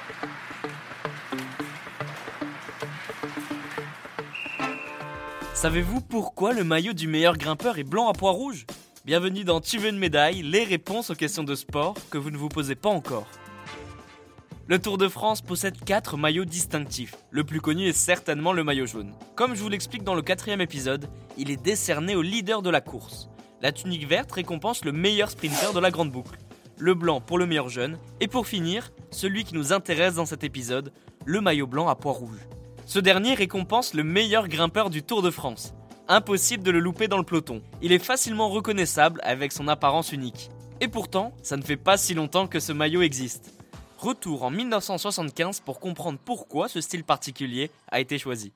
Savez-vous pourquoi le maillot du meilleur grimpeur est blanc à pois rouge ? Bienvenue dans Tu veux une médaille, les réponses aux questions de sport que vous ne vous posez pas encore. Le Tour de France possède 4 maillots distinctifs. Le plus connu est certainement le maillot jaune. Comme je vous l'explique dans le 4e épisode, il est décerné au leader de la course. La tunique verte récompense le meilleur sprinter de la grande boucle. Le blanc pour le meilleur jeune. Et pour finir, celui qui nous intéresse dans cet épisode, le maillot blanc à pois rouge. Ce dernier récompense le meilleur grimpeur du Tour de France. Impossible de le louper dans le peloton. Il est facilement reconnaissable avec son apparence unique. Et pourtant, ça ne fait pas si longtemps que ce maillot existe. Retour en 1975 pour comprendre pourquoi ce style particulier a été choisi.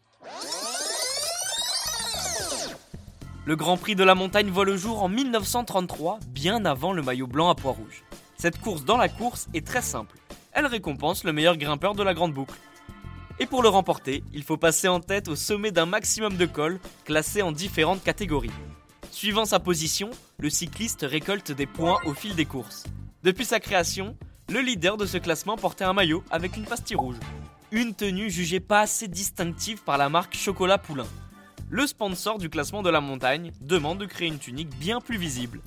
Le Grand Prix de la montagne voit le jour en 1933, bien avant le maillot blanc à pois rouge. Cette course dans la course est très simple. Elle récompense le meilleur grimpeur de la grande boucle. Et pour le remporter, il faut passer en tête au sommet d'un maximum de cols, classés en différentes catégories. Suivant sa position, le cycliste récolte des points au fil des courses. Depuis sa création, le leader de ce classement portait un maillot avec une pastille rouge. Une tenue jugée pas assez distinctive par la marque Chocolat Poulain. Le sponsor du classement de la montagne demande de créer une tunique bien plus visible.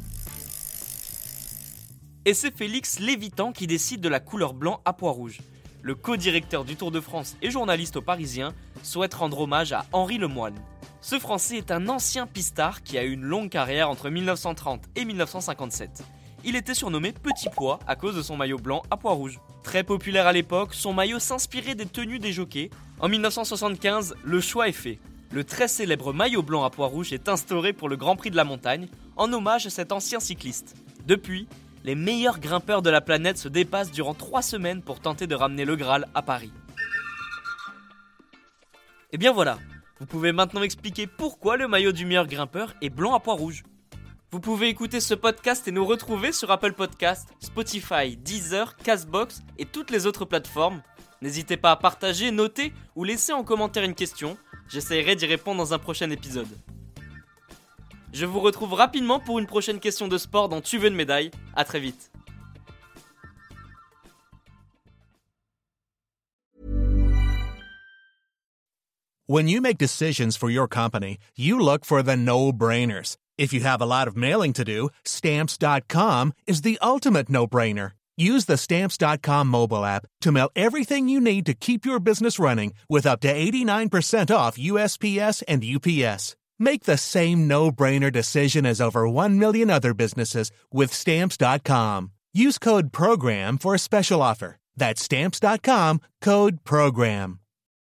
Et c'est Félix Lévitan qui décide de la couleur blanc à pois rouge. Le co-directeur du Tour de France et journaliste au Parisien souhaite rendre hommage à Henri Lemoine. Ce Français est un ancien pistard qui a eu une longue carrière entre 1930 et 1957. Il était surnommé Petit Pois à cause de son maillot blanc à pois rouge. Très populaire à l'époque, son maillot s'inspirait des tenues des jockeys. En 1975, le choix est fait. Le très célèbre maillot blanc à pois rouge est instauré pour le Grand Prix de la montagne en hommage à cet ancien cycliste. Depuis, les meilleurs grimpeurs de la planète se dépassent durant 3 semaines pour tenter de ramener le Graal à Paris. Et bien voilà, vous pouvez maintenant expliquer pourquoi le maillot du meilleur grimpeur est blanc à pois rouge. Vous pouvez écouter ce podcast et nous retrouver sur Apple Podcasts, Spotify, Deezer, Castbox et toutes les autres plateformes. N'hésitez pas à partager, noter ou laisser en commentaire une question. J'essaierai d'y répondre dans un prochain épisode. Je vous retrouve rapidement pour une prochaine question de sport dans Tu veux une médaille. À très vite. When you make decisions for your company, you look for the no-brainers. If you have a lot of mailing to do, Stamps.com is the ultimate no-brainer. Use the Stamps.com mobile app to mail everything you need to keep your business running with up to 89% off USPS and UPS. Make the same no-brainer decision as over 1 million other businesses with Stamps.com. Use code PROGRAM for a special offer. That's Stamps.com, code PROGRAM.